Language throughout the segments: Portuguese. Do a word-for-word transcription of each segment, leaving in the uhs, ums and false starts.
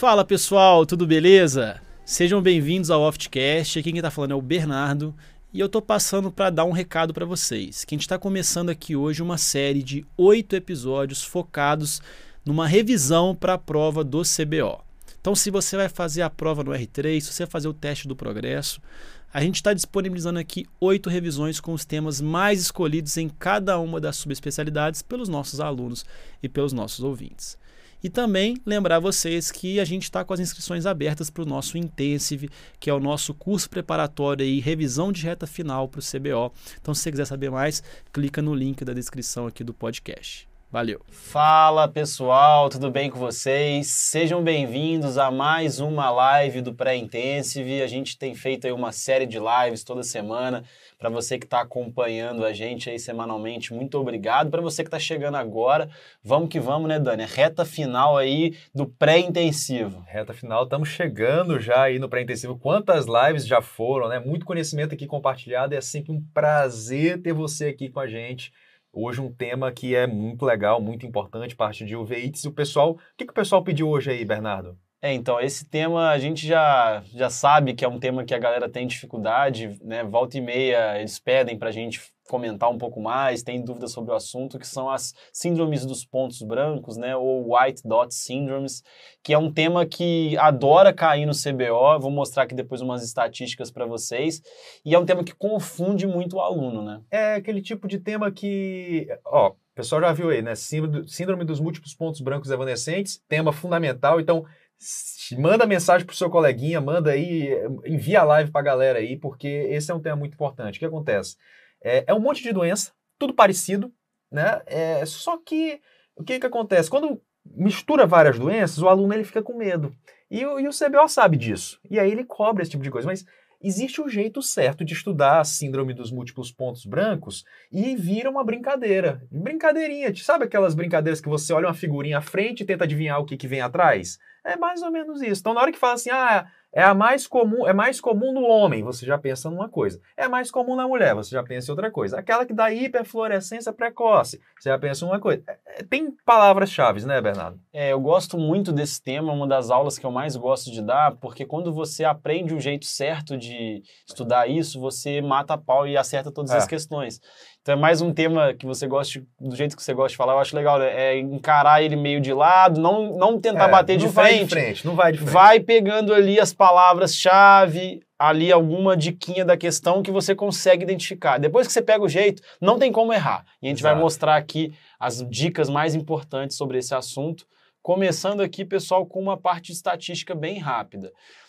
Fala pessoal, tudo beleza? Sejam bem-vindos ao Oftcast. Aqui quem está falando é o Bernardo e eu estou passando para dar um recado para vocês. Que a gente está começando aqui hoje uma série de oito episódios focados numa revisão para a prova do C B O. Então, se você vai fazer a prova no R três, se você vai fazer o teste do progresso, a gente está disponibilizando aqui oito revisões com os temas mais escolhidos em cada uma das subespecialidades pelos nossos alunos e pelos nossos ouvintes. E também lembrar vocês que a gente está com as inscrições abertas para o nosso Intensive, que é o nosso curso preparatório e revisão de reta final para o C B O. Então, se você quiser saber mais, clica no link da descrição aqui do podcast. Valeu! Fala pessoal, tudo bem com vocês? Sejam bem-vindos a mais uma live do Pré-Intensive. A gente tem feito aí uma série de lives toda semana. Para você que está acompanhando a gente aí semanalmente, muito obrigado. Para você que está chegando agora, vamos que vamos, né, Dani? Reta final aí do Pré-Intensivo. Reta final, estamos chegando já aí no Pré-Intensivo. Quantas lives já foram, né? Muito conhecimento aqui compartilhado. É sempre um prazer ter você aqui com a gente. Hoje um tema que é muito legal, muito importante, parte de U V I T S. E o pessoal, o que, que o pessoal pediu hoje aí, Bernardo? É, então, esse tema a gente já, já sabe que é um tema que a galera tem dificuldade, né? Volta e meia eles pedem pra gente comentar um pouco mais, tem dúvidas sobre o assunto, que são as síndromes dos pontos brancos, né? Ou White Dot Syndromes, que é um tema que adora cair no C B O. Vou mostrar aqui depois umas estatísticas para vocês. E é um tema que confunde muito o aluno, né? É aquele tipo de tema que, ó, o pessoal já viu aí, né? Síndrome, síndrome dos múltiplos pontos brancos evanescentes, tema fundamental. Então, manda mensagem pro seu coleguinha, manda aí, envia a live pra galera aí, porque esse é um tema muito importante. O que acontece? É, é um monte de doença, tudo parecido, né? É, só que, o que que acontece? Quando mistura várias doenças, o aluno ele fica com medo. E, o- e o C B O sabe disso. E aí ele cobra esse tipo de coisa. Mas existe um jeito certo de estudar a síndrome dos múltiplos pontos brancos e vira uma brincadeira. Brincadeirinha. Sabe aquelas brincadeiras que você olha uma figurinha à frente e tenta adivinhar o que, que vem atrás? É mais ou menos isso. Então, na hora que fala assim, ah, é a mais comum, é mais comum no homem, você já pensa numa coisa. É mais comum na mulher, você já pensa em outra coisa. Aquela que dá hiperfluorescência precoce, você já pensa em uma coisa. É, é, tem palavras-chave, né, Bernardo? É, eu gosto muito desse tema, uma das aulas que eu mais gosto de dar, porque quando você aprende o jeito certo de estudar isso, você mata a pau e acerta todas É. as questões. Então é mais um tema que você gosta, do jeito que você gosta de falar, eu acho legal, né? É encarar ele meio de lado, não, não tentar É, bater de não vai frente, de frente, não vai de frente. vai pegando ali as palavras-chave, ali alguma diquinha da questão que você consegue identificar. Depois que você pega o jeito, não tem como errar. E a gente vai Exato. mostrar aqui as dicas mais importantes sobre esse assunto. Começando aqui, pessoal, com uma parte de estatística bem rápida.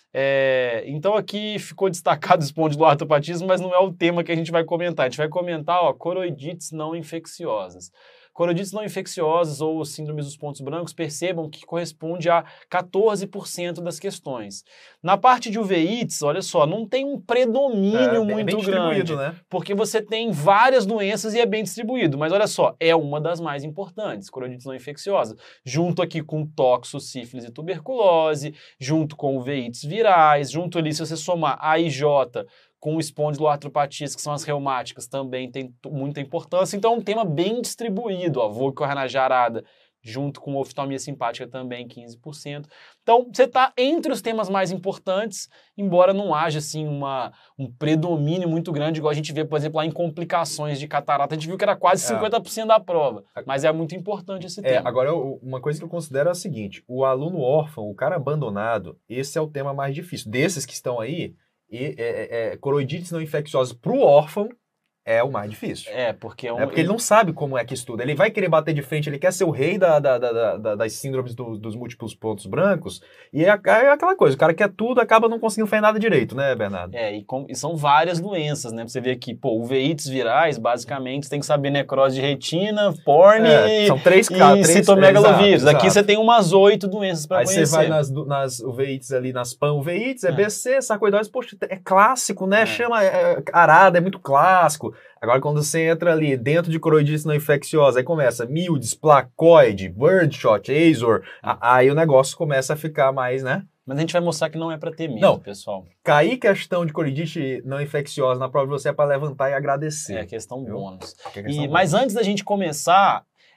É, então aqui ficou destacado o espondiloartropatismo, mas não é o tema que a gente vai comentar. A gente vai comentar, ó, coroidites não infecciosas. Coroidites não infecciosas ou síndromes dos pontos brancos, percebam que corresponde a quatorze por cento das questões. Na parte de U V I T S, olha só, não tem um predomínio É, bem- muito bem grande, distribuído, né? porque você tem várias doenças e é bem distribuído. Mas olha só, é uma das mais importantes, coroidites não infecciosas. Junto aqui com toxo, sífilis e tuberculose, junto com U V I T S virais, junto ali, se você somar A I J com espondiloartropatias, que são as reumáticas, também tem t- muita importância. Então é um tema bem distribuído, ó, vulvar jarada, junto com oftalmia simpática também, quinze por cento. Então, você está entre os temas mais importantes, embora não haja, assim, uma, um predomínio muito grande, igual a gente vê, por exemplo, lá em complicações de catarata. A gente viu que era quase É. cinquenta por cento da prova, mas é muito importante esse É, tema. agora, eu- uma coisa que eu considero é a seguinte, o aluno órfão, o cara abandonado, esse é o tema mais difícil. Desses que estão aí, e, é, é, é, coroidites não infecciosas para o órfão é o mais difícil. É, porque é um... É porque ele não sabe como é que estuda. Ele vai querer bater de frente, ele quer ser o rei da, da- da- da- da- das síndromes do- dos múltiplos pontos brancos, e é, é aquela coisa, o cara quer tudo, acaba não conseguindo fazer nada direito, né, Bernardo? É, e, com- e são várias doenças, né? Pra você ver aqui, pô, U V I T S virais, basicamente, você tem que saber necrose de retina, porn É, e, são três e caras. citomegalovírus. Exato, Aqui exato. você tem umas oito doenças para Aí conhecer. você vai nas, do- nas U V I T S ali, nas P A N U V I T S, é, É. B C, sarcoidose, poxa, é clássico, né? É. Chama é, arada, é muito clássico. Agora, quando você entra ali dentro de coroidites não infecciosa, aí começa Mildes, placoide, birdshot, Azor, a- aí o negócio começa a ficar mais, né? Mas a gente vai mostrar que não é para ter medo, Não. pessoal. Cair questão de coroidite não infecciosa na prova de você é para levantar e agradecer. É a questão Viu? bônus. Que é E, questão mas antes da gente começar,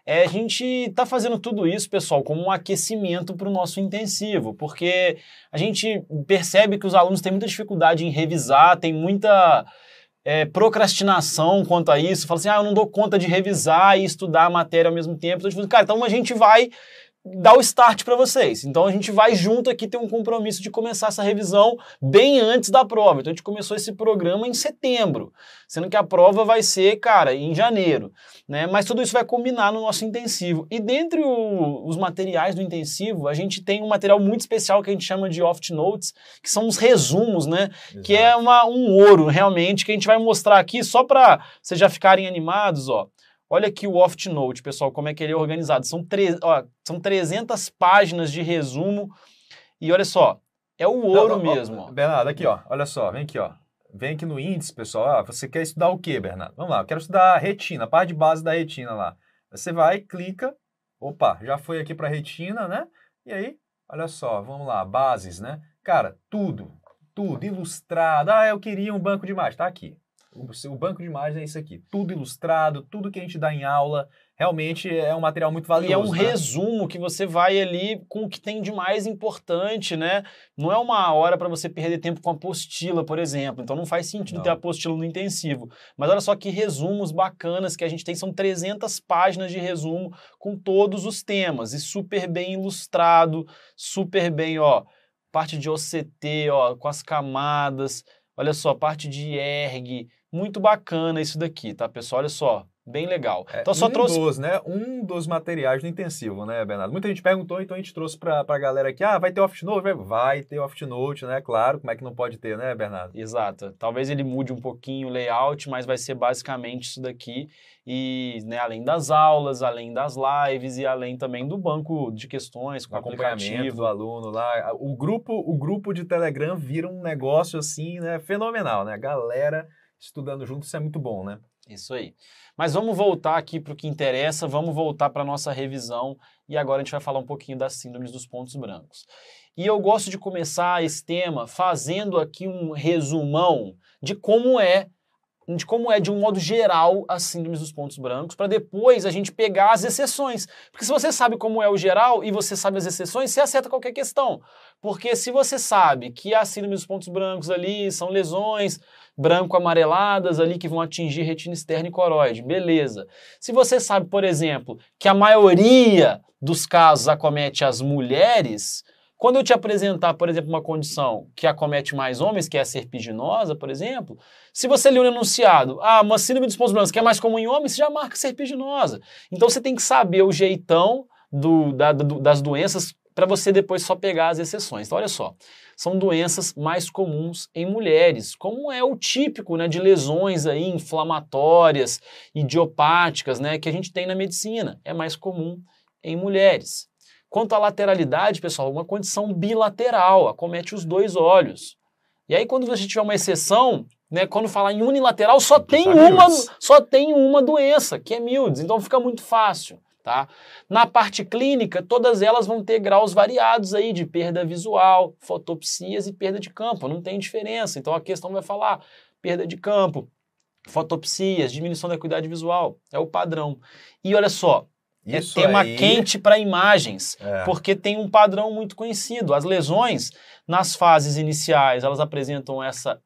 É, a gente está fazendo tudo isso, pessoal, como um aquecimento para o nosso intensivo, porque a gente percebe que os alunos têm muita dificuldade em revisar, tem muita é, procrastinação quanto a isso, fala assim, ah, eu não dou conta de revisar e estudar a matéria ao mesmo tempo. Então, tipo, cara, então a gente vai dar o start para vocês. Então a gente vai junto aqui ter um compromisso de começar essa revisão bem antes da prova. Então a gente começou esse programa em setembro, sendo que a prova vai ser, cara, em janeiro, né? Mas tudo isso vai combinar no nosso intensivo. E dentre o, os materiais do intensivo, a gente tem um material muito especial que a gente chama de Oft Notes, que são os resumos, né? Exato. Que é uma, um ouro, realmente, que a gente vai mostrar aqui só para vocês já ficarem animados, ó. Olha aqui o Oft Note, pessoal, como é que ele é organizado. São, tre... ó, são trezentas páginas de resumo e olha só, é o ouro não, não, mesmo. Ó, Bernardo, aqui, ó, olha só, vem aqui, ó. Vem aqui no índice, pessoal. Ah, você quer estudar o quê, Bernardo? Vamos lá, eu quero estudar a retina, a parte de base da retina lá. Você vai, clica, opa, já foi aqui para a retina, né? E aí, olha só, vamos lá, bases, né? Cara, tudo, tudo ilustrado. Ah, eu queria um banco de imagens, tá aqui. O banco de imagens é isso aqui, tudo ilustrado, tudo que a gente dá em aula, realmente é um material muito valioso. E é um né? resumo que você vai ali com o que tem de mais importante, né? Não é uma hora para você perder tempo com apostila, por exemplo, então não faz sentido não. ter apostila no intensivo. Mas olha só que resumos bacanas que a gente tem, são trezentas páginas de resumo com todos os temas, e super bem ilustrado, super bem, ó, parte de O C T, ó, com as camadas, olha só, parte de erg, muito bacana isso daqui, tá, pessoal? Olha só, bem legal. É, então, só um trouxe... dos, né? Um dos materiais do intensivo, né, Bernardo? Muita gente perguntou, então a gente trouxe para a galera aqui, ah, vai ter Oft Note? Vai ter Oft Note, né? Claro, como é que não pode ter, né, Bernardo? Exato. Talvez ele mude um pouquinho o layout, mas vai ser basicamente isso daqui. E, né, além das aulas, além das lives e além também do banco de questões com o acompanhamento do aluno lá. O grupo, o grupo de Telegram vira um negócio assim, né, fenomenal, né? A galera estudando junto, isso é muito bom, né? Isso aí. Mas vamos voltar aqui para o que interessa, vamos voltar para a nossa revisão e agora a gente vai falar um pouquinho das síndromes dos pontos brancos. E eu gosto de começar esse tema fazendo aqui um resumão de como é, de como é de um modo geral as síndromes dos pontos brancos, para depois a gente pegar as exceções. Porque se você sabe como é o geral e você sabe as exceções, você acerta qualquer questão. Porque se você sabe que as síndromes dos pontos brancos ali são lesões branco-amareladas ali que vão atingir retina externa e coroide, beleza. Se você sabe, por exemplo, que a maioria dos casos acomete as mulheres, quando eu te apresentar, por exemplo, uma condição que acomete mais homens, que é a serpiginosa, por exemplo, se você lê no enunciado, ah, uma síndrome dos pontos brancos que é mais comum em homens, você já marca serpiginosa. Então você tem que saber o jeitão do, da, do, das doenças para você depois só pegar as exceções. Então olha só, são doenças mais comuns em mulheres, como é o típico, né, de lesões aí inflamatórias, idiopáticas, né, que a gente tem na medicina, é mais comum em mulheres. Quanto à lateralidade, pessoal, uma condição bilateral, acomete os dois olhos. E aí quando você tiver uma exceção, né, quando falar em unilateral, só tem, uma, só tem uma doença, que é Mildes, então fica muito fácil. Tá? Na parte clínica, todas elas vão ter graus variados aí de perda visual, fotopsias e perda de campo, não tem diferença. Então a questão vai falar perda de campo, fotopsias, diminuição da acuidade visual, é o padrão. E olha só, Isso é tema aí... quente para imagens, é. porque tem um padrão muito conhecido. As lesões, nas fases iniciais, elas apresentam essa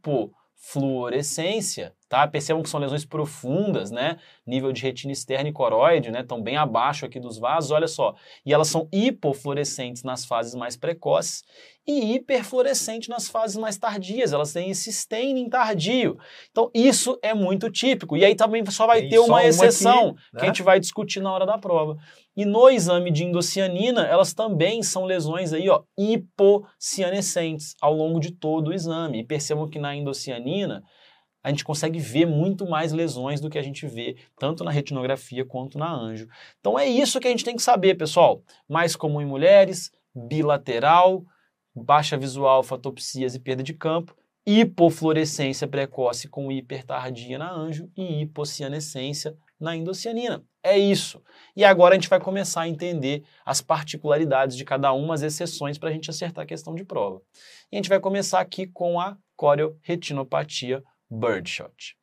hipofluorescência, tá? Percebam que são lesões profundas, né? Nível de retina externa e coroide, né? Estão bem abaixo aqui dos vasos, olha só. E elas são hipofluorescentes nas fases mais precoces e hiperfluorescentes nas fases mais tardias. Elas têm esse staining tardio. Então, isso é muito típico. E aí também só vai Tem ter uma uma exceção aqui, né? que a gente vai discutir na hora da prova. E no exame de indocianina, elas também são lesões aí, ó, hipocianescentes ao longo de todo o exame. E percebam que na indocianina, a gente consegue ver muito mais lesões do que a gente vê tanto na retinografia quanto na anjo. Então é isso que a gente tem que saber, pessoal. Mais comum em mulheres, bilateral, baixa visual, fotopsias e perda de campo, hipofluorescência precoce com hipertardia na anjo e hipocianescência na indocianina. É isso. E agora a gente vai começar a entender as particularidades de cada uma, as exceções para a gente acertar a questão de prova. E a gente vai começar aqui com a corioretinopatia birdshot.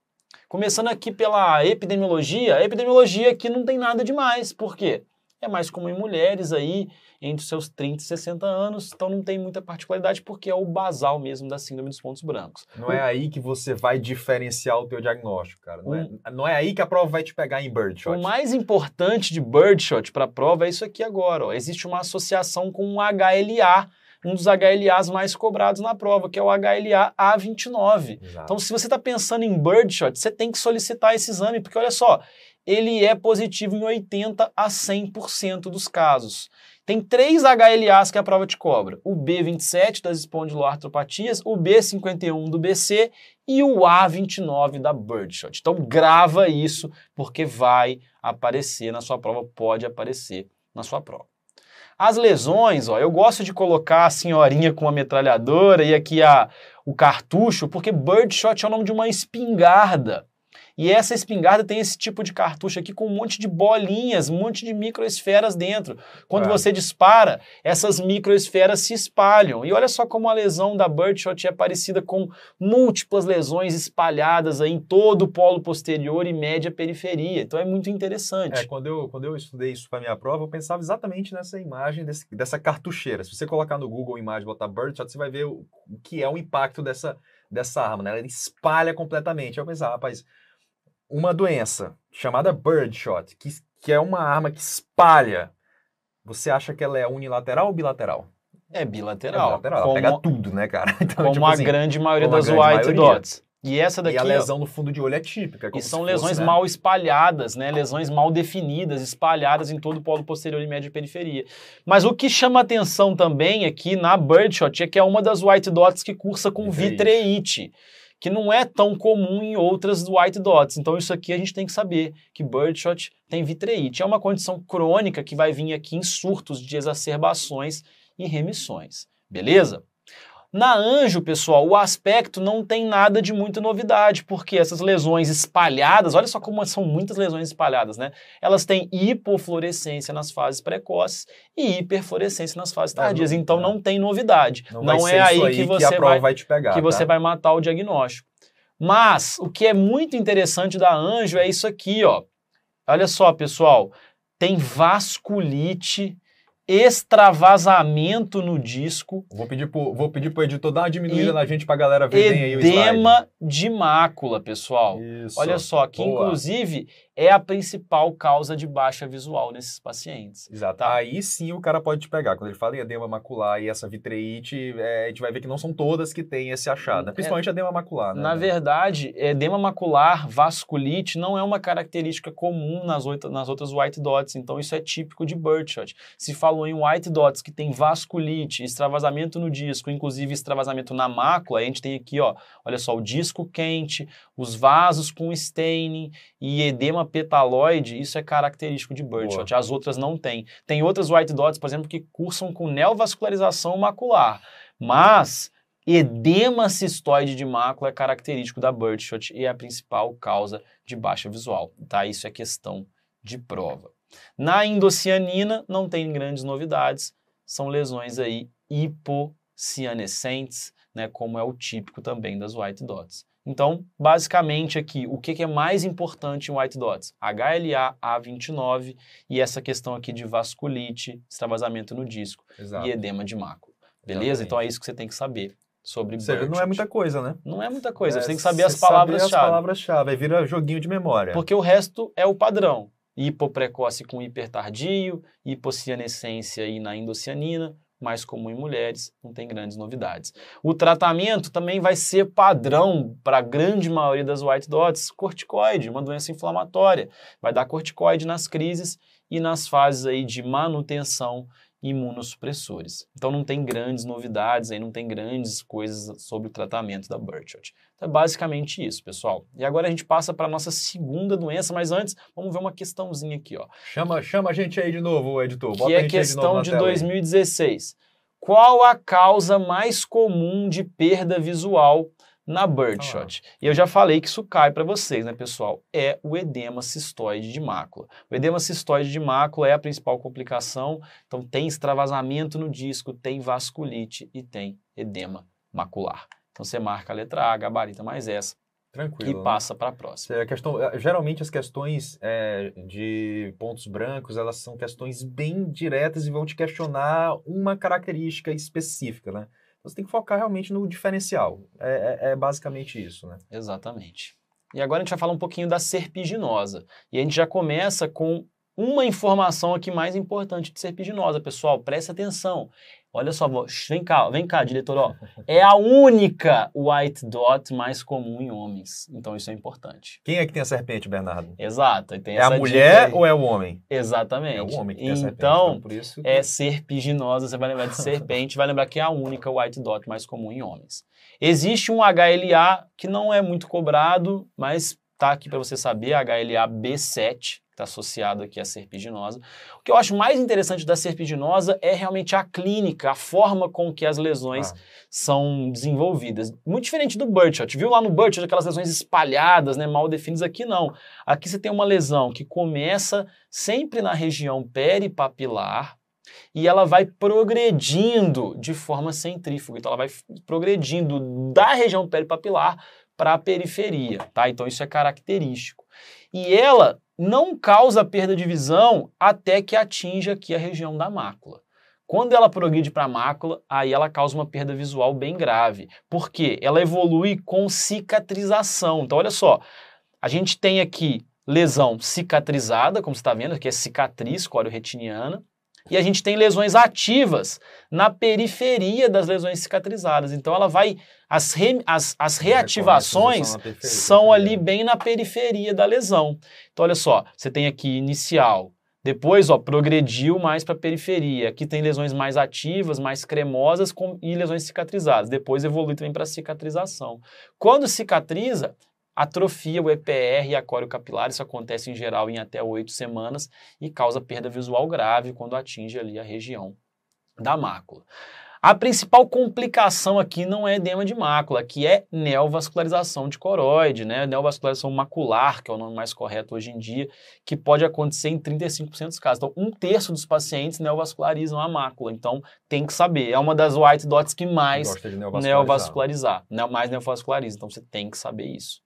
Começando aqui pela epidemiologia, a epidemiologia aqui não tem nada demais. Por quê? É mais comum em mulheres aí, entre os seus trinta e sessenta anos, então não tem muita particularidade porque é o basal mesmo da síndrome dos pontos brancos. Não é aí que você vai diferenciar o teu diagnóstico, cara. Não, um, é, não é aí que a prova vai te pegar em birdshot. O mais importante de birdshot para a prova é isso aqui agora. Ó. Existe uma associação com o H L A, um dos H L As mais cobrados na prova, que é o H L A A vinte e nove. Exato. Então, se você está pensando em birdshot, você tem que solicitar esse exame, porque olha só, ele é positivo em oitenta a cem por cento dos casos. Tem três H L As que a prova te cobra. O B vinte e sete das espondiloartropatias, o B cinquenta e um do B C e o A vinte e nove da birdshot. Então grava isso, porque vai aparecer na sua prova, pode aparecer na sua prova. As lesões, ó, eu gosto de colocar a senhorinha com a metralhadora e aqui a, o cartucho, porque birdshot é o nome de uma espingarda. E essa espingarda tem esse tipo de cartucho aqui com um monte de bolinhas, um monte de microesferas dentro. Quando é. você dispara, essas microesferas se espalham. E olha só como a lesão da birdshot é parecida com múltiplas lesões espalhadas aí em todo o polo posterior e média periferia. Então é muito interessante. É, quando eu, quando eu estudei isso para minha prova, eu pensava exatamente nessa imagem desse, dessa cartucheira. Se você colocar no Google imagem e botar birdshot, você vai ver o, o que é o impacto dessa, dessa arma, né? Ela espalha completamente. Eu pensava, rapaz, uma doença chamada birdshot, que, que é uma arma que espalha, você acha que ela é unilateral ou bilateral? É bilateral. É bilateral, como, ela pega tudo, né, cara? Então, como tipo a assim, grande maioria das grande white maioria. dots. E essa daqui, e a lesão ó, no fundo de olho é típica. E são lesões fosse, né? mal espalhadas, né? Lesões mal definidas, espalhadas em todo o polo posterior e média periferia. Mas o que chama atenção também aqui na birdshot é que é uma das white dots que cursa com vitreite. vitreite. Que não é tão comum em outras white dots. Então isso aqui a gente tem que saber, que birdshot tem vitreite. É uma condição crônica que vai vir aqui em surtos de exacerbações e remissões. Beleza? Na anjo, pessoal, o aspecto não tem nada de muita novidade, porque essas lesões espalhadas, olha só como são muitas lesões espalhadas, né? Elas têm hipofluorescência nas fases precoces e hiperfluorescência nas fases tardias, não, então não, não tem novidade. Não, não é aí, aí que você, que a prova vai, vai, te pegar, que você tá? vai matar o diagnóstico. Mas o que é muito interessante da anjo é isso aqui, ó. Olha só, pessoal, tem vasculite, extravasamento no disco. Vou pedir pro, vou pedir pro editor dar uma diminuída na gente pra galera ver bem aí o slide. Edema de mácula, pessoal. Isso. Olha só, que Boa. inclusive é a principal causa de baixa visual nesses pacientes. Exato. Tá? Aí sim o cara pode te pegar. Quando ele fala em edema macular e essa vitreite, é, a gente vai ver que não são todas que têm esse achado, né? Principalmente é, edema macular, né? Na verdade, edema macular, vasculite, não é uma característica comum nas, oito, nas outras white dots, então isso é típico de birdshot. Se falou em white dots que tem vasculite, extravasamento no disco, inclusive extravasamento na mácula, a gente tem aqui, ó, olha só, o disco quente, os vasos com staining e edema petaloide, isso é característico de birdshot. As outras não tem. Tem outras white dots, por exemplo, que cursam com neovascularização macular, mas edema cistoide de mácula é característico da birdshot e é a principal causa de baixa visual, tá? Isso é questão de prova. Na indocianina não tem grandes novidades, são lesões aí hipocianescentes, né, como é o típico também das white dots. Então, basicamente aqui, o que é mais importante em white dots? H L A A vinte e nove e essa questão aqui de vasculite, extravasamento no disco Exato. e edema de mácula. Beleza? Exatamente. Então é isso que você tem que saber sobre birdshot. Não é muita coisa, né? Não é muita coisa, é, você tem que saber as palavras-chave. as palavras-chave, aí vira joguinho de memória. Porque o resto é o padrão. Hipoprecoce com hipertardio, hipocianescência aí na indocianina, mais comum em mulheres, não tem grandes novidades. O tratamento também vai ser padrão para a grande maioria das white dots, corticoide, uma doença inflamatória. Vai dar corticoide nas crises e nas fases aí de manutenção imunossupressores. Então não tem grandes novidades, aí não tem grandes coisas sobre o tratamento da birdshot. Então é basicamente isso, pessoal. E agora a gente passa para a nossa segunda doença, mas antes vamos ver uma questãozinha aqui, ó. Chama, chama a gente aí de novo, editor. Bota que é a questão de, de dois mil e dezesseis. Qual a causa mais comum de perda visual na birdshot? Ah. E eu já falei que isso cai para vocês, né, pessoal? É o edema cistoide de mácula. O edema cistoide de mácula é a principal complicação, então tem extravasamento no disco, tem vasculite e tem edema macular. Então você marca a letra A, gabarita mais essa. Tranquilo, e né? passa para a próxima. É a questão, geralmente as questões é, de pontos brancos, elas são questões bem diretas e vão te questionar uma característica específica, né? Você tem que focar realmente no diferencial. É, é, é basicamente isso, né? Exatamente. E agora a gente vai falar um pouquinho da serpiginosa. E a gente já começa com uma informação aqui mais importante de serpiginosa, pessoal. Presta atenção. Olha só, vem cá, vem cá, diretor. Ó. É a única white dot mais comum em homens. Então isso é importante. Quem é que tem a serpente, Bernardo? Exato. E tem é a mulher ou é o homem? Exatamente. É o homem que tem a serpente. Então, então por isso que... é serpiginosa, você vai lembrar de serpente, vai lembrar que é a única white dot mais comum em homens. Existe um H L A que não é muito cobrado, mas tá aqui para você saber, H L A B sete, que está associado aqui à serpiginosa. O que eu acho mais interessante da serpiginosa é realmente a clínica, a forma com que as lesões ah. são desenvolvidas. Muito diferente do Burchard. Viu lá no Burchard aquelas lesões espalhadas, né, mal definidas? Aqui não. Aqui você tem uma lesão que começa sempre na região peripapilar, e ela vai progredindo de forma centrífuga. Então ela vai progredindo da região peripapilar para a periferia, tá? Então isso é característico. E ela não causa perda de visão até que atinja aqui a região da mácula. Quando ela progride para a mácula, aí ela causa uma perda visual bem grave. Por quê? Ela evolui com cicatrização. Então olha só, a gente tem aqui lesão cicatrizada, como você está vendo, que é cicatriz coreo-retiniana. E a gente tem lesões ativas na periferia das lesões cicatrizadas. Então ela vai, as, re, as, as reativações são ali bem na periferia da lesão. Então olha só, você tem aqui inicial, depois ó, progrediu mais para a periferia. Aqui tem lesões mais ativas, mais cremosas com, e lesões cicatrizadas. Depois evolui também para cicatrização. Quando cicatriza, atrofia o E P R e a coreo-capilar, isso acontece em geral em até oito semanas e causa perda visual grave quando atinge ali a região da mácula. A principal complicação aqui não é edema de mácula, que é neovascularização de coroide, né? Neovascularização macular, que é o nome mais correto hoje em dia, que pode acontecer em trinta e cinco por cento dos casos. Então, um terço dos pacientes neovascularizam a mácula, então tem que saber. É uma das white dots que mais neovascularizar, neovascularizar né? mais neovasculariza, então você tem que saber isso.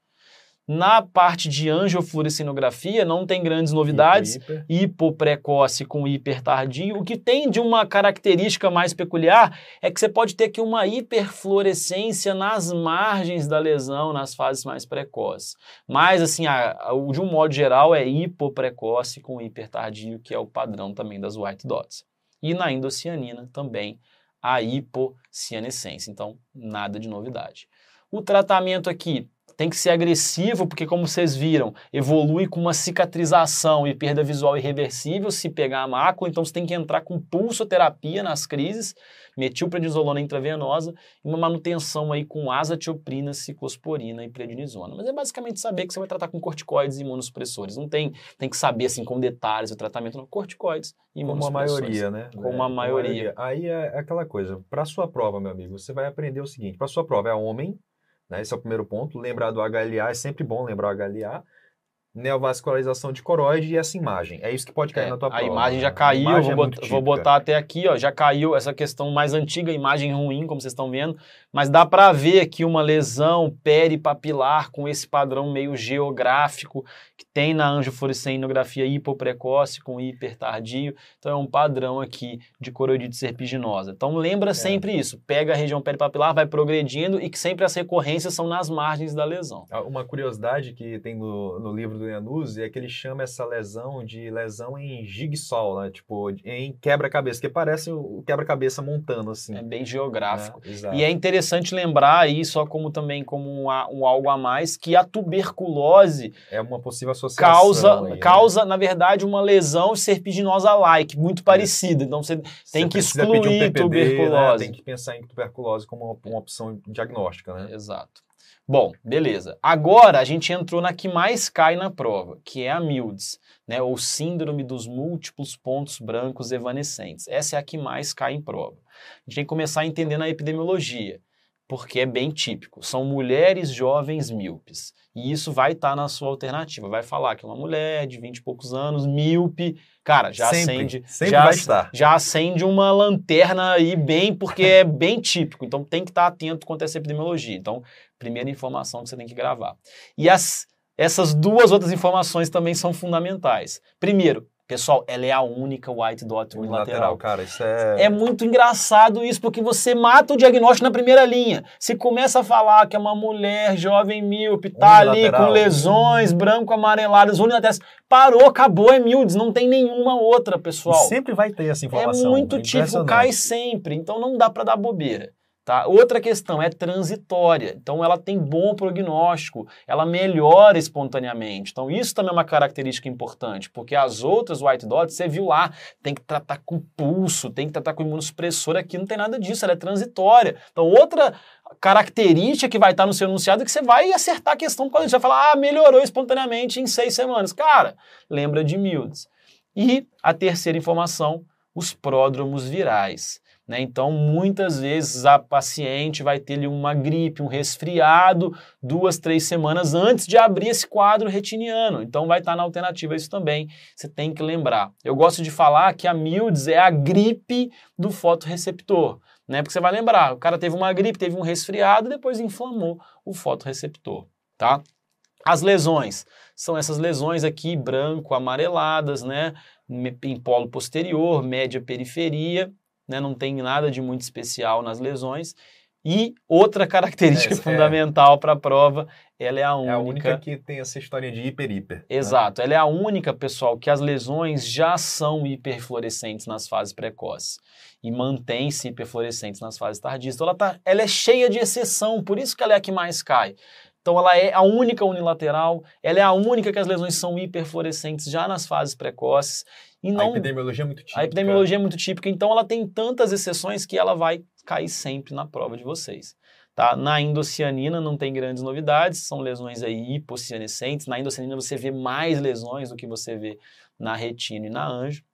Na parte de angiofluorescinografia não tem grandes novidades, hipo, hiper. hipoprecoce com hipertardio. O que tem de uma característica mais peculiar é que você pode ter aqui uma hiperfluorescência nas margens da lesão, nas fases mais precoces. Mas, assim, a, a, de um modo geral, é hipoprecoce com hipertardio, que é o padrão também das white dots. E na endocianina também a hipocianescência. Então, nada de novidade. O tratamento aqui tem que ser agressivo, porque como vocês viram, evolui com uma cicatrização e perda visual irreversível se pegar a mácula, então você tem que entrar com pulsoterapia nas crises, metilprednisolona intravenosa e uma manutenção aí com azatioprina, ciclosporina e prednisona. Mas é basicamente saber que você vai tratar com corticoides e imunossupressores. Não tem, tem que saber assim com detalhes o tratamento, não. Corticoides e imunossupressores. Como a maioria, né? Como a é, maioria. a maioria. Aí é aquela coisa, para sua prova, meu amigo, você vai aprender o seguinte, para sua prova é homem, esse é o primeiro ponto. Lembrar do H L A, é sempre bom lembrar o H L A. Neovascularização de coroide e essa imagem. É isso que pode cair é, na tua a prova. A imagem já caiu, imagem vou, é bot, vou botar até aqui, ó, já caiu essa questão mais antiga, imagem ruim, como vocês estão vendo, mas dá para ver aqui uma lesão peripapilar com esse padrão meio geográfico que tem na angiofluorescinografia hipoprecoce com hipertardio, então é um padrão aqui de coroidite serpiginosa. Então lembra é. sempre isso, pega a região peripapilar, vai progredindo e que sempre as recorrências são nas margens da lesão. Uma curiosidade que tem no, no livro do Iannuzzi é que ele chama essa lesão de lesão em jigsaw, né? Tipo, em quebra-cabeça, que parece o quebra-cabeça montando, assim. É bem geográfico. É, e é interessante lembrar aí, só como também como um, um algo a mais, que a tuberculose é uma possível associação causa, aí, causa né? na verdade, uma lesão serpiginosa-like, muito parecida. Então você tem você que excluir um P P D, tuberculose. Né? Tem que pensar em tuberculose como uma, uma opção diagnóstica, né? Exato. Bom, beleza. Agora a gente entrou na que mais cai na prova, que é a M I L D S, né, ou Síndrome dos Múltiplos Pontos Brancos Evanescentes. Essa é a que mais cai em prova. A gente tem que começar entendendo a epidemiologia. porque é bem típico. São mulheres jovens míopes. E isso vai estar tá na sua alternativa. Vai falar que é uma mulher de vinte e poucos anos, míope. Cara, já sempre, acende. Sempre já, vai estar. Já acende uma lanterna aí bem, porque é bem típico. Então tem que estar tá atento quanto a essa epidemiologia. Então, primeira informação que você tem que gravar. E as, essas duas outras informações também são fundamentais. Primeiro, pessoal, ela é a única white dot unilateral. Cara, isso é... É muito engraçado isso, porque você mata o diagnóstico na primeira linha. Você começa a falar que é uma mulher jovem míope, tá ali com lesões branco-amareladas, unilaterais. Parou, acabou, é míope, não tem nenhuma outra, pessoal. E sempre vai ter essa informação. É muito é típico, cai sempre, então não dá para dar bobeira. Tá? Outra questão é transitória, então ela tem bom prognóstico, ela melhora espontaneamente, então isso também é uma característica importante, porque as outras white dots, você viu lá, tem que tratar com pulso, tem que tratar com imunossupressor, aqui não tem nada disso, ela é transitória. Então outra característica que vai estar no seu enunciado é que você vai acertar a questão, quando a gente vai falar, ah, melhorou espontaneamente em seis semanas. Cara, lembra de Mildes. E a terceira informação, os pródromos virais. Né? Então, muitas vezes a paciente vai ter ali uma gripe, um resfriado, duas, três semanas antes de abrir esse quadro retiniano. Então, vai estar na alternativa isso também. Você tem que lembrar. Eu gosto de falar que a Mildes é a gripe do fotorreceptor. Né? Porque você vai lembrar, o cara teve uma gripe, teve um resfriado, depois inflamou o fotorreceptor. Tá? As lesões são essas lesões aqui branco-amareladas, né? Em polo posterior, média periferia. Né, não tem nada de muito especial nas lesões. E outra característica é, fundamental é. para a prova, ela é a única... É a única que tem essa história de hiper-hiper. Exato, né? Ela é a única, pessoal, que as lesões já são hiperfluorescentes nas fases precoces. E mantém-se hiperfluorescentes nas fases tardias. Então ela, tá, ela é cheia de exceção, por isso que ela é a que mais cai. Então ela é a única unilateral, ela é a única que as lesões são hiperfluorescentes já nas fases precoces. E não, a epidemiologia é muito típica. A epidemiologia é muito típica, então ela tem tantas exceções que ela vai cair sempre na prova de vocês. Tá? Na indocianina não tem grandes novidades, são lesões aí hipocianescentes. Na indocianina você vê mais lesões do que você vê na retina e na anjo.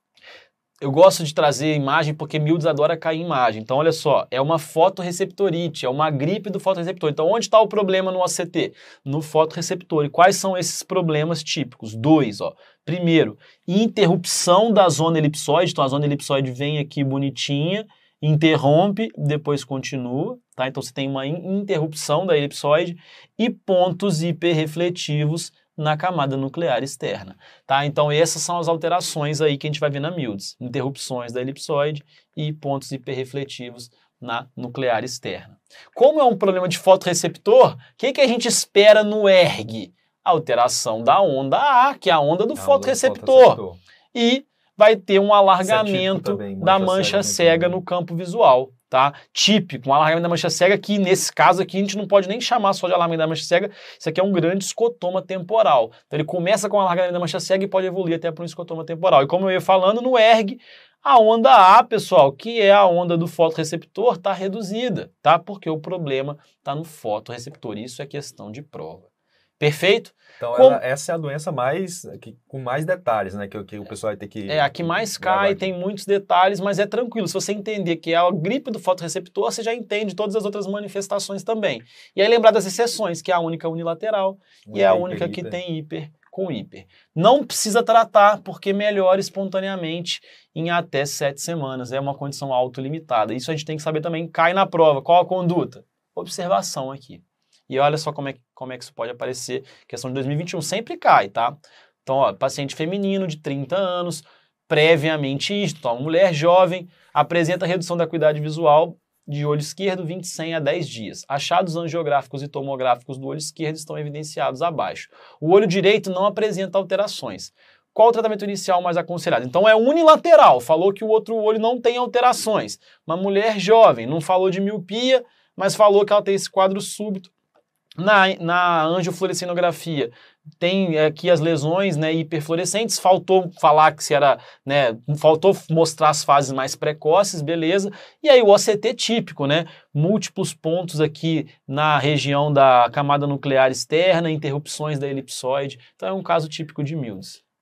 Eu gosto de trazer imagem porque Mildes adora cair em imagem. Então, olha só, é uma fotorreceptorite, é uma gripe do fotorreceptor. Então, onde está o problema no O C T? No fotorreceptor. E quais são esses problemas típicos? Dois, ó. Primeiro, interrupção da zona elipsoide. Então, a zona elipsoide vem aqui bonitinha, interrompe, depois continua. Tá? Então, você tem uma interrupção da elipsoide e pontos hiperrefletivos na camada nuclear externa, tá? Então essas são as alterações aí que a gente vai ver na Mildes, interrupções da elipsoide e pontos hiperrefletivos na nuclear externa. Como é um problema de fotorreceptor, o que, que a gente espera no E R G? Alteração da onda A, que é a onda do a fotorreceptor, onda do fotorreceptor. E vai ter um alargamento também, mancha da mancha cega, cega no campo visual. Tá? Típico, um alargamento da mancha cega que nesse caso aqui a gente não pode nem chamar só de alargamento da mancha cega, isso aqui é um grande escotoma temporal. Então ele começa com um alargamento da mancha cega e pode evoluir até para um escotoma temporal. E como eu ia falando, no E R G, a onda A, pessoal, que é a onda do fotorreceptor, está reduzida, tá? Porque o problema está no fotorreceptor, isso é questão de prova. Perfeito? Então, Com... ela, essa é a doença mais, que, com mais detalhes, né? Que, que o pessoal vai ter que... É, a que mais cai, tem muitos detalhes, mas é tranquilo. Se você entender que é a gripe do fotorreceptor, você já entende todas as outras manifestações também. E aí lembrar das exceções, que é a única unilateral um e é a única hiper, que hiper. tem hiper com hiper. Não precisa tratar, porque melhora espontaneamente em até sete semanas. É uma condição autolimitada. Isso a gente tem que saber também. Cai na prova. Qual a conduta? Observação aqui. E olha só como é, como é que isso pode aparecer. Questão de dois mil e vinte e um sempre cai, tá? Então, ó, paciente feminino de trinta anos, previamente isto, então, uma mulher jovem, apresenta redução da acuidade visual de olho esquerdo vinte, cem a dez dias. Achados angiográficos e tomográficos do olho esquerdo estão evidenciados abaixo. O olho direito não apresenta alterações. Qual o tratamento inicial mais aconselhado? Então é unilateral, falou que o outro olho não tem alterações. Uma mulher jovem, não falou de miopia, mas falou que ela tem esse quadro súbito. Na, na angiofluorescinografia tem aqui as lesões, né, hiperfluorescentes, faltou falar que se era, né, faltou mostrar as fases mais precoces, beleza, e aí o O C T típico, né, múltiplos pontos aqui na região da camada nuclear externa, interrupções da elipsoide, então é um caso típico de Mildes.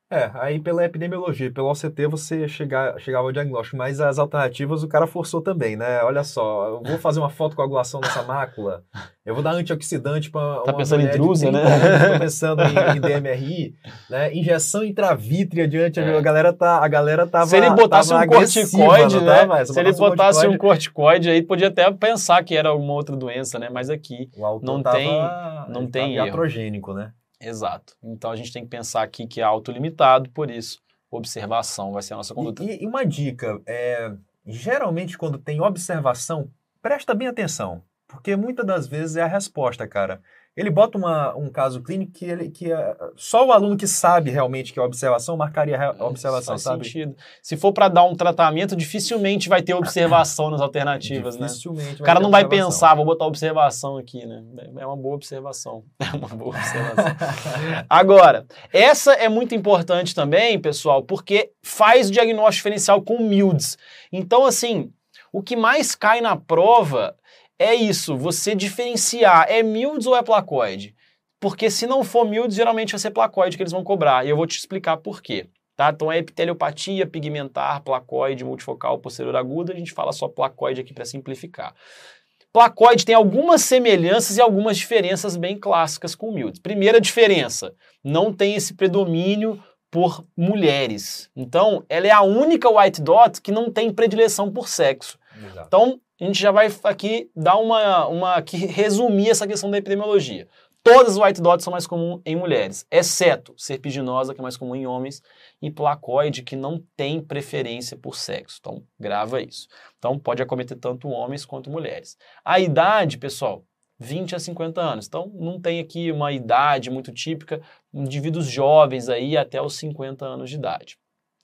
É, aí pela epidemiologia, pelo O C T você chega, chegava ao diagnóstico, mas as alternativas o cara forçou também, né? Olha só, eu vou fazer uma fotocoagulação nessa mácula, eu vou dar antioxidante para Tá uma pensando em mulher de drusa, né? trinta anos, estou pensando em, em D M R I, né? Injeção intravítrea diante, É. a galera tá, a galera tava Se ele botasse tava um agressiva, corticoide, não né? tava? Se ele botasse um botasse um corticoide, corticoide aí, podia até pensar que era alguma outra doença, né? Mas aqui o autor não tem, tava, não ele tava tem erro. iatrogênico, né? Exato. Então a gente tem que pensar aqui que é autolimitado, por isso, observação vai ser a nossa conduta. E, e uma dica, é, geralmente quando tem observação, presta bem atenção, porque muitas das vezes é a resposta, cara. Ele bota uma, um caso clínico que, ele, que é, só o aluno que sabe realmente que é observação marcaria a observação, Isso faz sabe? sentido. Se for para dar um tratamento, dificilmente vai ter observação nas alternativas, né? Dificilmente O cara ter não vai observação. pensar, vou botar observação aqui, né? É uma boa observação. É uma boa observação. Agora, essa é muito importante também, pessoal, porque faz o diagnóstico diferencial com M I L D S. Então, assim, o que mais cai na prova é isso, você diferenciar, é M I L D S ou é placoide? Porque se não for M I L D S, geralmente vai ser placoide que eles vão cobrar, e eu vou te explicar por quê. Tá? Então é epiteliopatia, pigmentar, placoide, multifocal, posterior aguda, a gente fala só placoide aqui para simplificar. Placoide tem algumas semelhanças e algumas diferenças bem clássicas com o M I L D S. Primeira diferença, não tem esse predomínio por mulheres. Então, ela é a única white dot que não tem predileção por sexo. Exato. Então, a gente já vai aqui dar uma, uma aqui resumir essa questão da epidemiologia. Todas as white dots são mais comuns em mulheres, exceto serpiginosa, que é mais comum em homens, e placoide, que não tem preferência por sexo. Então, grava isso. Então, pode acometer tanto homens quanto mulheres. A idade, pessoal, vinte a cinquenta anos. Então, não tem aqui uma idade muito típica, indivíduos jovens aí até os cinquenta anos de idade.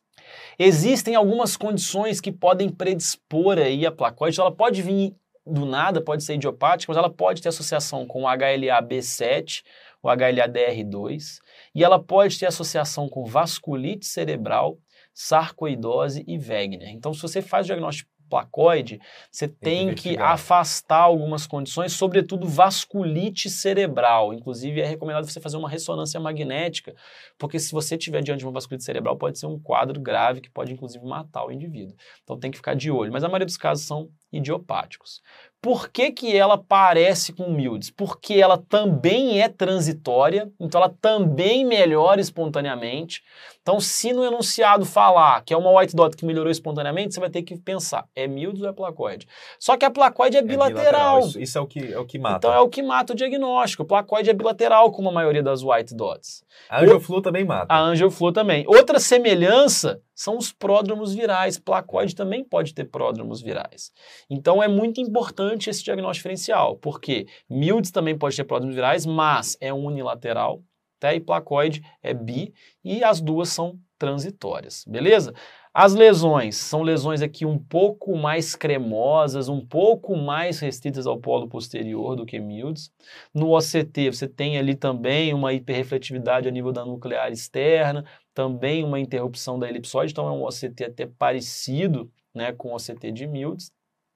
Existem algumas condições que podem predispor aí a placoide. Ela pode vir do nada, pode ser idiopática, mas ela pode ter associação com o H L A B sete, o H L A D R dois, e ela pode ter associação com vasculite cerebral, sarcoidose e Wegener. Então, se você faz o diagnóstico placoide, você tem, tem que, que afastar algumas condições, sobretudo vasculite cerebral. Inclusive, é recomendado você fazer uma ressonância magnética, porque se você tiver diante de uma vasculite cerebral, pode ser um quadro grave que pode, inclusive, matar o indivíduo. Então, tem que ficar de olho. Mas a maioria dos casos são idiopáticos. Por que que ela parece com M I L D S? Porque ela também é transitória, então ela também melhora espontaneamente. Então, se no enunciado falar que é uma white dot que melhorou espontaneamente, você vai ter que pensar, é M I L D S ou é placoide? Só que a placoide é bilateral. É bilateral. Isso, isso é, o que, é o que mata. Então é o que mata o diagnóstico. O placoide é bilateral, como a maioria das white dots. A angioflu o... também mata. A angioflu também. Outra semelhança são os pródromos virais. Placoide também pode ter pródromos virais. Então é muito importante esse diagnóstico diferencial, porque M I L D S também pode ter pródromos virais, mas é unilateral, tá? E placoide é bi, e as duas são transitórias, beleza? As lesões são lesões aqui um pouco mais cremosas, um pouco mais restritas ao polo posterior do que M I L D S. No O C T você tem ali também uma hiperrefletividade a nível da nuclear externa, também uma interrupção da elipsoide, então é um O C T até parecido, né, com o O C T de M I L D S.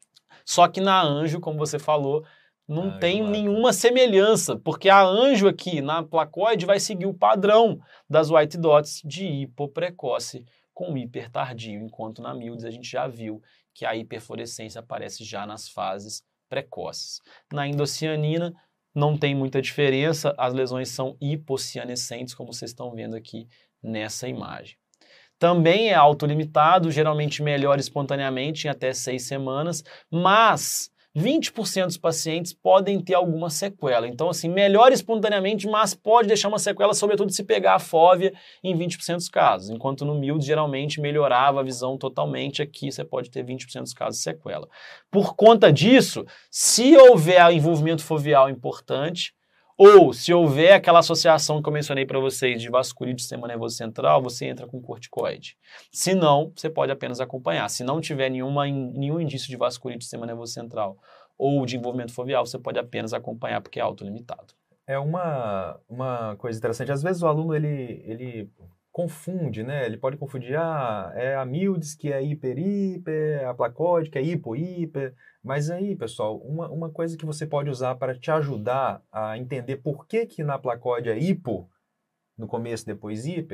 Só que na anjo, como você falou, não ah, tem nenhuma semelhança, porque a anjo aqui na placoide vai seguir o padrão das white dots de hipoprecoce com hipertardio, enquanto na M I L D S a gente já viu que a hiperfluorescência aparece já nas fases precoces. Na endocianina não tem muita diferença, as lesões são hipocianescentes, como vocês estão vendo aqui nessa imagem. Também é autolimitado, geralmente melhora espontaneamente em até seis semanas, mas vinte por cento dos pacientes podem ter alguma sequela. Então, assim, melhora espontaneamente, mas pode deixar uma sequela, sobretudo se pegar a fóvea em vinte por cento dos casos. Enquanto no M I L D S, geralmente, melhorava a visão totalmente. Aqui, você pode ter vinte por cento dos casos de sequela. Por conta disso, se houver envolvimento foveal importante, ou se houver aquela associação que eu mencionei para vocês de vasculite do sistema nervoso central, você entra com corticoide. Se não, você pode apenas acompanhar. Se não tiver nenhuma, nenhum indício de vasculite do sistema nervoso central ou de envolvimento foveal, você pode apenas acompanhar porque é autolimitado. É uma, uma coisa interessante. Às vezes o aluno ele, ele confunde, né? Ele pode confundir, ah, é a M I L D S que é hiper-hiper, a placoide que é hipo-hiper. Mas aí, pessoal, uma, uma coisa que você pode usar para te ajudar a entender por que que na placoide é hipo, no começo depois hiper,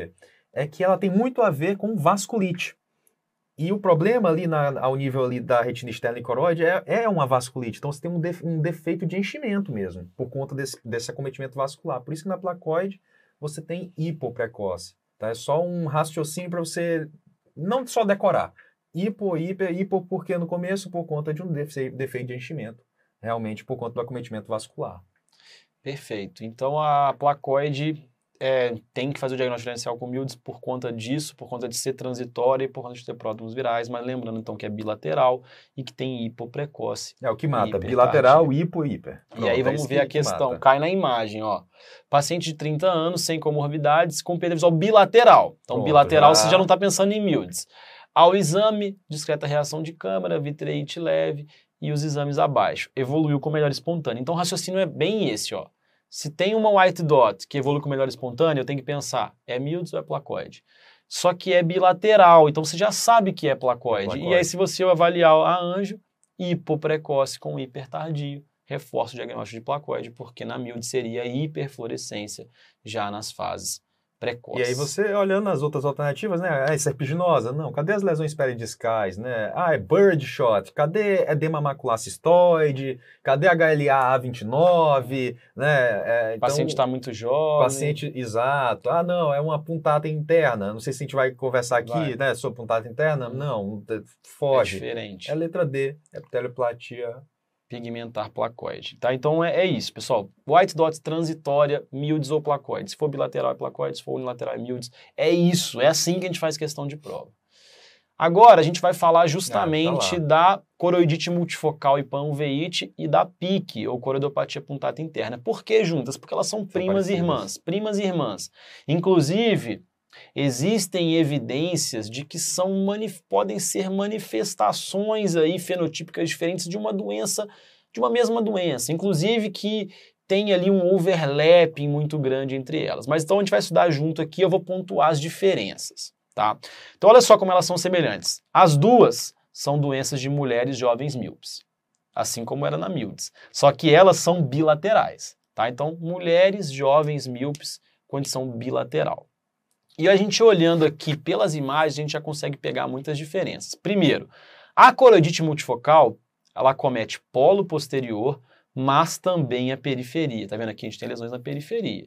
é que ela tem muito a ver com vasculite. E o problema ali na, ao nível ali da retina externa e coroide é, é uma vasculite. Então você tem um, def, um defeito de enchimento mesmo, por conta desse, desse acometimento vascular. Por isso que na placoide você tem hipoprecoce. Tá? É só um raciocínio para você não só decorar. Hipo, hiper, hipo, porque no começo por conta de um defe, defeito de enchimento. Realmente por conta do acometimento vascular. Perfeito. Então a placoide é, tem que fazer o diagnóstico diferencial com Mildes por conta disso, por conta de ser transitória e por conta de ter pródromos virais, mas lembrando então que é bilateral e que tem hipoprecoce. É o que mata, bilateral, hipo e hiper. Pronto, e aí vamos é ver que, a questão, que cai na imagem, ó. Paciente de trinta anos, sem comorbidades, com perda visual bilateral. Então Pronto, bilateral já... você já não está pensando em Mildes. Ao exame, discreta reação de câmara, vitreite leve e os exames abaixo. Evoluiu com melhora espontânea. Então o raciocínio é bem esse, ó. Se tem uma white dot que evolui com melhora espontânea, eu tenho que pensar, é Mildes ou é placoide? Só que é bilateral, então você já sabe que é placoide. É placoide. E aí se você avaliar a anjo, hipoprecoce com hipertardio, reforça o diagnóstico de placoide, porque na Mildes seria hiperfluorescência já nas fases precoces. E aí você, olhando as outras alternativas, né? Ah, é serpiginosa? Não. Cadê as lesões peridiscais, né? Ah, é birdshot. Cadê edema macular cistoide? Cadê H L A A vinte e nove? Né? É, o paciente está então, muito jovem. Paciente, exato. Ah, não, é uma puntata interna. Não sei se a gente vai conversar aqui, vai. né? Sobre puntata interna. Hum. Não, foge. É diferente. É letra D, epitelioplatia pigmentar placoide, tá? Então é, é isso, pessoal. White dots transitória, Mildes ou placoide. Se for bilateral é placoide, se for unilateral é Mildes. É isso, é assim que a gente faz questão de prova. Agora a gente vai falar justamente ah, tá da coroidite multifocal e panuveite e da P I C, ou coroidopatia puntata interna. Por que juntas? Porque elas são, são primas e irmãs, primas e irmãs. Inclusive, existem evidências de que são podem ser manifestações aí fenotípicas diferentes de uma doença, de uma mesma doença, inclusive que tem ali um overlapping muito grande entre elas. Mas então a gente vai estudar junto aqui, eu vou pontuar as diferenças, tá? Então olha só como elas são semelhantes. As duas são doenças de mulheres jovens míopes, assim como era na Mildes, só que elas são bilaterais, tá? Então mulheres jovens míopes, condição bilateral. E a gente olhando aqui pelas imagens, a gente já consegue pegar muitas diferenças. Primeiro, a coroidite multifocal, ela acomete polo posterior, mas também a periferia. Tá vendo aqui? A gente tem lesões na periferia.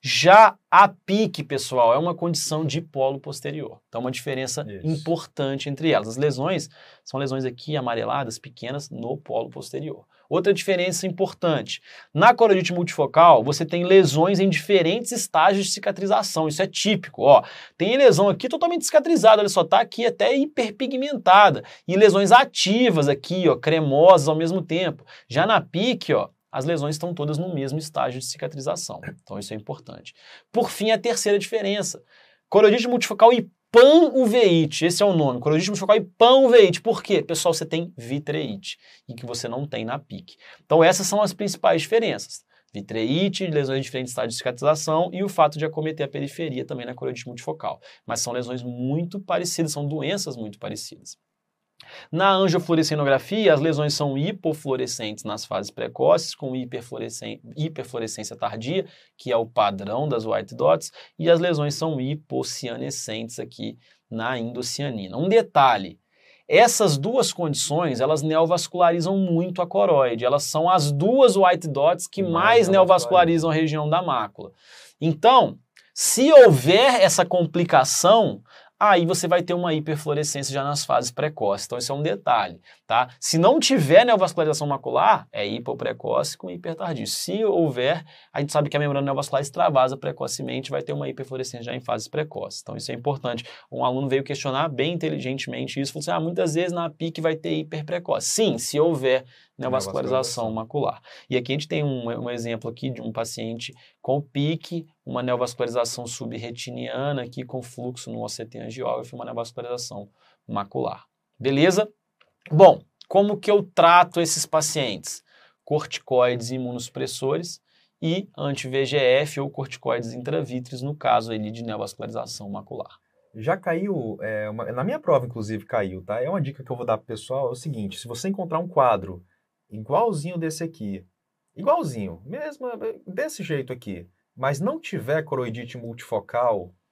Já a P I C, pessoal, é uma condição de polo posterior. Então, uma diferença Isso. importante entre elas. As lesões são lesões aqui amareladas, pequenas, no polo posterior. Outra diferença importante, na coroidite multifocal, você tem lesões em diferentes estágios de cicatrização, isso é típico, ó. Tem lesão aqui totalmente cicatrizada, olha só, tá aqui até hiperpigmentada, e lesões ativas aqui, ó, cremosas ao mesmo tempo. Já na P I C, ó, as lesões estão todas no mesmo estágio de cicatrização, então isso é importante. Por fim, a terceira diferença, coroidite multifocal e panuveite, esse é o nome, coroidite multifocal e panuveite. Por quê? Pessoal, você tem vitreite, e que você não tem na P I C. Então essas são as principais diferenças. Vitreite, lesões em diferentes estágios de cicatrização e o fato de acometer a periferia também na coroidite multifocal. Mas são lesões muito parecidas, são doenças muito parecidas. Na angiofluorescenografia, as lesões são hipofluorescentes nas fases precoces, com hiperfluorescência tardia, que é o padrão das white dots, e as lesões são hipocianescentes aqui na indocianina. Um detalhe, essas duas condições, elas neovascularizam muito a coroide, elas são as duas white dots que mais, mais neovascularizam a região da mácula. Então, se houver essa complicação, aí você vai ter uma hiperfluorescência já nas fases precoces. Então, isso é um detalhe, tá? Se não tiver neovascularização macular, é hipoprecoce com hipertardio. Se houver, a gente sabe que a membrana neovascular extravasa precocemente, vai ter uma hiperfluorescência já em fases precoces. Então, isso é importante. Um aluno veio questionar bem inteligentemente isso, falou assim, ah, muitas vezes na P I C vai ter hiperprecoce. Sim, se houver neovascularização macular. E aqui a gente tem um, um exemplo aqui de um paciente com P I C, uma neovascularização subretiniana aqui com fluxo no O C T angiógrafo, uma neovascularização macular. Beleza? Bom, como que eu trato esses pacientes? Corticoides e imunossupressores e anti-V G F ou corticoides intravítreos no caso ali de neovascularização macular. Já caiu, é, uma, na minha prova inclusive caiu, tá? É uma dica que eu vou dar pro pessoal, é o seguinte, se você encontrar um quadro igualzinho desse aqui, igualzinho, mesmo desse jeito aqui, mas não tiver coroidite multifocal,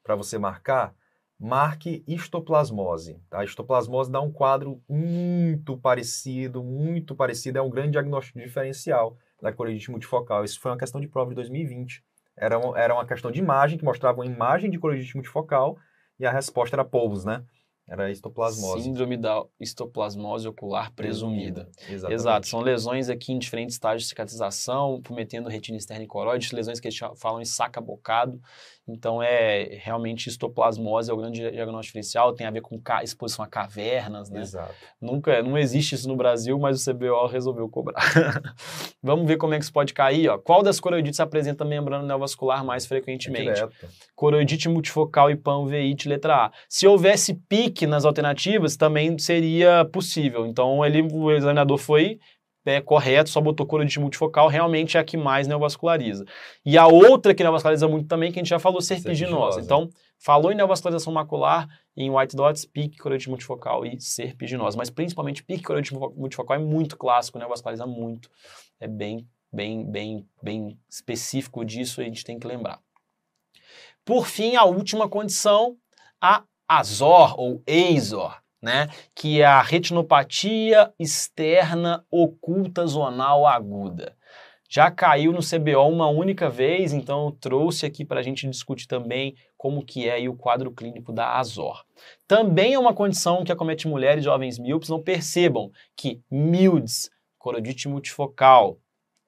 para você marcar, marque histoplasmose. Tá? A histoplasmose dá um quadro muito parecido, muito parecido, é um grande diagnóstico diferencial da coreodite multifocal. Isso foi uma questão de prova de dois mil e vinte. Era uma, era uma questão de imagem, que mostrava uma imagem de coreodite multifocal e a resposta era P O V S, né? Era histoplasmose. Síndrome da histoplasmose ocular presumida. presumida. Exato. São lesões aqui em diferentes estágios de cicatrização, cometendo retina externa e coroide, lesões que eles falam em saca-bocado. Então, é realmente histoplasmose é o grande diagnóstico diferencial, tem a ver com exposição a cavernas, né? Exato. Nunca, não existe isso no Brasil, mas o C B O resolveu cobrar. Vamos ver como é que isso pode cair, ó. Qual das coroidites apresenta membrana neovascular mais frequentemente? É Coroidite multifocal e panveite, letra A. Se houvesse pique nas alternativas, também seria possível. Então, ele, o examinador foi é, correto, só botou coroidite multifocal, realmente é a que mais neovasculariza. E a outra que neovasculariza muito também, que a gente já falou, serpiginosa. Então, falou em neovascularização macular, em white dots, pique, coroidite multifocal e serpiginosa. Mas principalmente pique, coroidite multifocal é muito clássico, neovasculariza muito. É bem, bem, bem, bem específico disso, a gente tem que lembrar. Por fim, a última condição, a Azor ou Azor, né? Que é a retinopatia externa oculta zonal aguda. Já caiu no C B O uma única vez, então eu trouxe aqui para a gente discutir também como que é aí o quadro clínico da Azor. Também é uma condição que acomete mulheres jovens míopes. Não percebam que M I L D S, coroidite multifocal,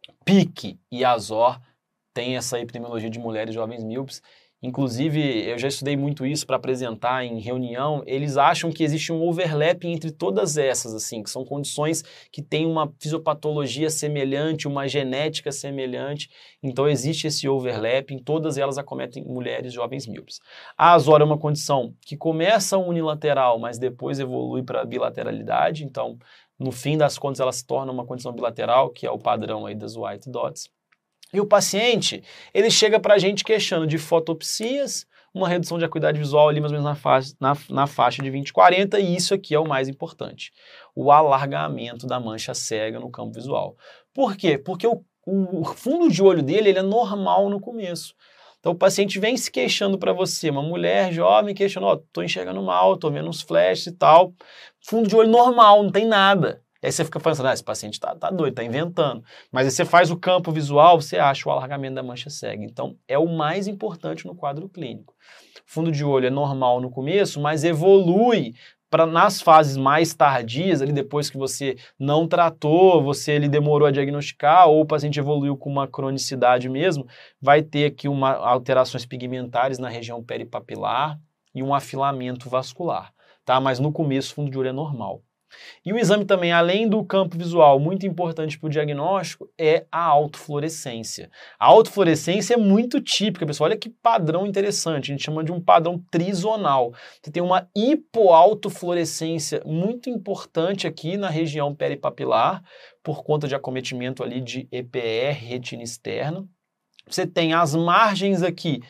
pique e Azor tem essa epidemiologia de mulheres jovens míopes. Inclusive, eu já estudei muito isso para apresentar em reunião, eles acham que existe um overlap entre todas essas, assim, que são condições que têm uma fisiopatologia semelhante, uma genética semelhante, então existe esse overlap, em todas elas acometem mulheres jovens míopes. A Azor é uma condição que começa unilateral, mas depois evolui para bilateralidade, então, no fim das contas, ela se torna uma condição bilateral, que é o padrão aí das white dots. E o paciente, ele chega para a gente queixando de fotopsias, uma redução de acuidade visual ali mais ou menos na faixa, na, na faixa de vinte, quarenta, e isso aqui é o mais importante, o alargamento da mancha cega no campo visual. Por quê? Porque o, o fundo de olho dele ele é normal no começo. Então o paciente vem se queixando para você, uma mulher jovem queixando, ó, oh, tô enxergando mal, tô vendo uns flashes e tal, fundo de olho normal, não tem nada. Aí você fica pensando, ah, esse paciente tá, tá doido, tá inventando. Mas aí você faz o campo visual, você acha o alargamento da mancha cega. Então, é o mais importante no quadro clínico. Fundo de olho é normal no começo, mas evolui para nas fases mais tardias, ali depois que você não tratou, você ele demorou a diagnosticar, ou o paciente evoluiu com uma cronicidade mesmo, vai ter aqui uma, alterações pigmentares na região peripapilar e um afilamento vascular. Tá? Mas no começo, o fundo de olho é normal. E o exame também, além do campo visual, muito importante para o diagnóstico, é a autofluorescência. A autofluorescência é muito típica, pessoal. Olha que padrão interessante, a gente chama de um padrão trizonal. Você tem uma hipoautofluorescência muito importante aqui na região peripapilar, por conta de acometimento ali de E P R, retina externa. Você tem as margens aqui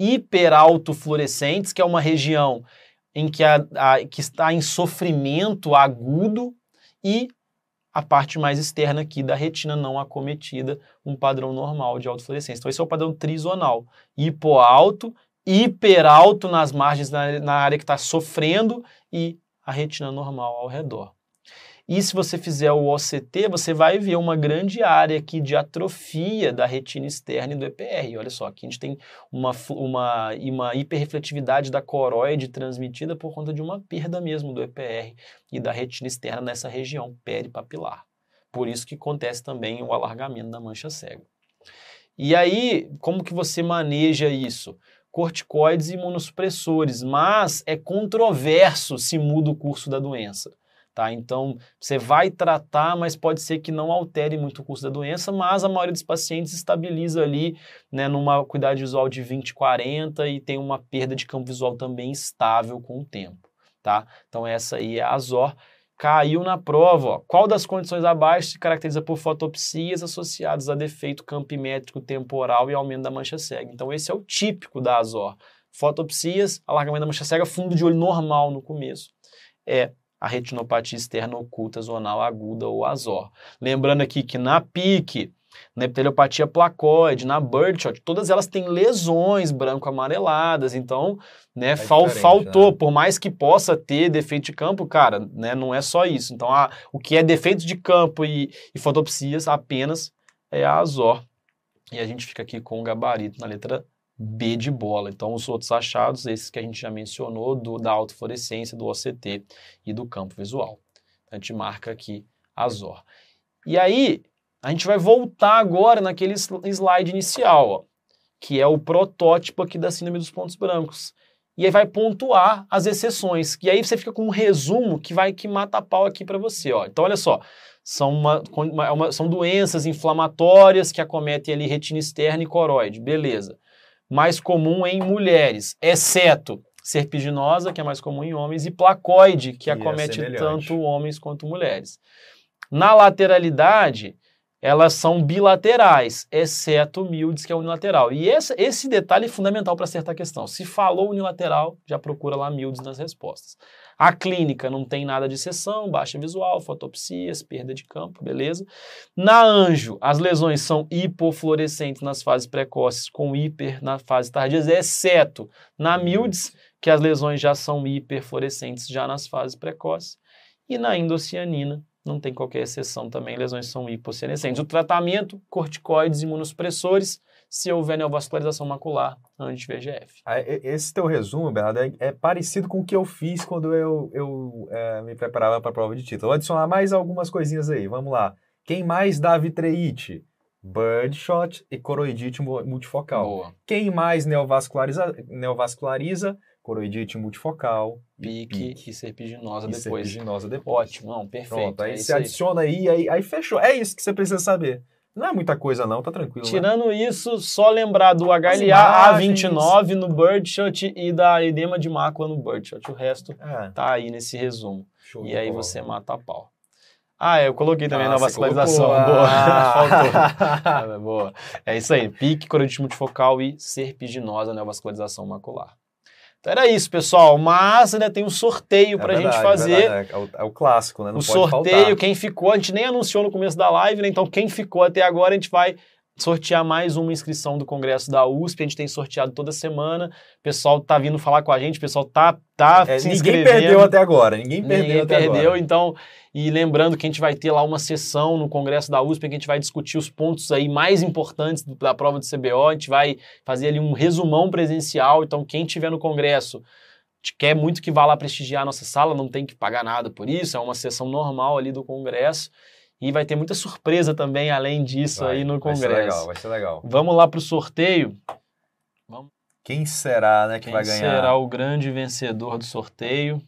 hiperautofluorescentes, que é uma região em que, a, a, que está em sofrimento agudo, e a parte mais externa aqui da retina não acometida, um padrão normal de autofluorescência. Então esse é o padrão trizonal, hipoalto, hiperalto nas margens, na, na área que está sofrendo, e a retina normal ao redor. E se você fizer o O C T, você vai ver uma grande área aqui de atrofia da retina externa e do E P R. Olha só, aqui a gente tem uma, uma, uma hiperrefletividade da coroide transmitida por conta de uma perda mesmo do E P R e da retina externa nessa região peripapilar. Por isso que acontece também o alargamento da mancha cega. E aí, como que você maneja isso? Corticoides e imunossupressores, mas é controverso se muda o curso da doença. Tá? Então, você vai tratar, mas pode ser que não altere muito o curso da doença, mas a maioria dos pacientes estabiliza ali, né, numa acuidade visual de vinte, quarenta e tem uma perda de campo visual também estável com o tempo. Tá? Então, essa aí é a Azor. Caiu na prova. Ó. Qual das condições abaixo se caracteriza por fotopsias associadas a defeito campimétrico temporal e aumento da mancha cega? Então, esse é o típico da Azor. Fotopsias, alargamento da mancha cega, fundo de olho normal no começo. É a retinopatia externa oculta zonal aguda ou Azor. Lembrando aqui que na pique, na epiteliopatia placoide, na birdshot, todas elas têm lesões branco-amareladas, então, né, é fal, faltou, né? por mais que possa ter defeito de campo, cara, né, não é só isso. Então, a, o que é defeito de campo e, e fotopsias apenas é a Azor. E a gente fica aqui com o gabarito na letra B de bola. Então, os outros achados, esses que a gente já mencionou, do, da autofluorescência, do O C T e do campo visual. A gente marca aqui Azor. E aí, a gente vai voltar agora naquele slide inicial, ó, que é o protótipo aqui da síndrome dos pontos brancos. E aí vai pontuar as exceções. E aí você fica com um resumo que vai que mata a pau aqui para você. Ó. Então, olha só, são, uma, uma, são doenças inflamatórias que acometem ali retina externa e coroide. Beleza. Mais comum em mulheres, exceto serpiginosa, que é mais comum em homens, e placoide, que, que acomete é tanto homens quanto mulheres. Na lateralidade, elas são bilaterais, exceto o Mildes, que é unilateral. E esse, esse detalhe é fundamental para acertar a questão. Se falou unilateral, já procura lá Mildes nas respostas. A clínica não tem nada de exceção, baixa visual, fotopsias, perda de campo, beleza? Na Anjo, as lesões são hipofluorescentes nas fases precoces, com hiper na fase tardia, exceto na Mildes, que as lesões já são hiperfluorescentes já nas fases precoces. E na indocianina, não tem qualquer exceção também, lesões são hipocianescentes. O tratamento, corticoides, imunossupressores, se houver neovascularização macular, anti-V G F. Esse teu resumo, Bernardo, é, é parecido com o que eu fiz quando eu, eu é, me preparava para a prova de título. Vou adicionar mais algumas coisinhas aí, vamos lá. Quem mais dá vitreite? Birdshot e coroidite multifocal. Boa. Quem mais neovasculariza? neovasculariza coroidite multifocal, pique, pique e serpiginosa e depois. serpiginosa depois. Ótimo, não, perfeito. Pronto, aí é você adiciona aí, aí, aí fechou. É isso que você precisa saber. Não é muita coisa não, tá tranquilo. Tirando né? isso, só lembrar do H L A A vinte e nove no Birdshot e da edema de mácula no Birdshot. O resto é. tá aí nesse resumo. Show e aí bola. Você mata a pau. Ah, eu coloquei também ah, na vascularização. Boa. Ah. Boa. É isso aí. Pique, coroidite multifocal e serpiginosa neovascularização macular. Então era isso, pessoal. Mas ainda tem um sorteio é pra verdade, gente fazer. É, é, o, é o clássico, né? Não o pode sorteio, faltar. Quem ficou, a gente nem anunciou no começo da live, né? Então quem ficou até agora, a gente vai sortear mais uma inscrição do Congresso da U S P. A gente tem sorteado toda semana. O pessoal tá vindo falar com a gente, o pessoal tá, tá é, se ninguém inscrevendo. Ninguém perdeu até agora. Ninguém perdeu ninguém até perdeu, agora. Então, e lembrando que a gente vai ter lá uma sessão no Congresso da U S P, que a gente vai discutir os pontos aí mais importantes da prova do C B O. A gente vai fazer ali um resumão presencial. Então, quem tiver no Congresso, a gente quer muito que vá lá prestigiar a nossa sala, não tem que pagar nada por isso, é uma sessão normal ali do Congresso. E vai ter muita surpresa também, além disso, vai, aí no Congresso. Vai ser legal, vai ser legal. Vamos lá para o sorteio. Vamos. Quem será, né, que Quem vai ganhar? Quem será o grande vencedor do sorteio?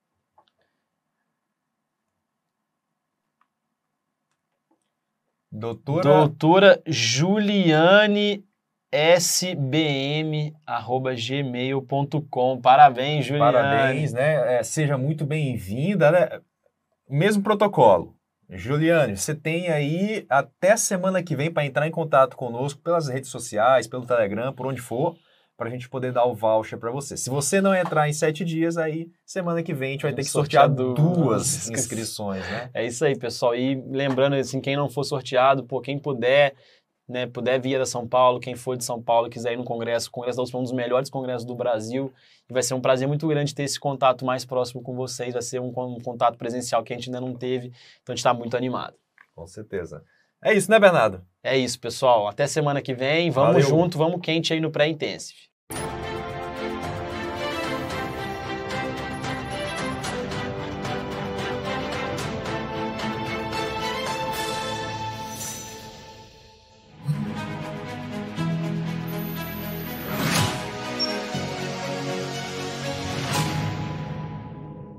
Doutora... Doutora Juliane S B M arroba gmail ponto com. Parabéns, Juliane. Parabéns, né? É, seja muito bem-vinda, né? Mesmo protocolo. Juliane, você tem aí até semana que vem para entrar em contato conosco pelas redes sociais, pelo Telegram, por onde for, para a gente poder dar o voucher para você. Se você não entrar em sete dias, aí semana que vem a gente vai ter que sortear duas inscrições, né? É isso aí, pessoal. E lembrando, assim, quem não for sorteado, pô, quem puder, né, puder vir a São Paulo, quem for de São Paulo, quiser ir no congresso, o Congresso da U S P é um dos melhores congressos do Brasil, e vai ser um prazer muito grande ter esse contato mais próximo com vocês, vai ser um, um contato presencial que a gente ainda não teve, então a gente está muito animado. Com certeza. É isso, né, Bernardo? É isso, pessoal. Até semana que vem, vamos Valeu. junto, vamos quente aí no Pré-Intensive.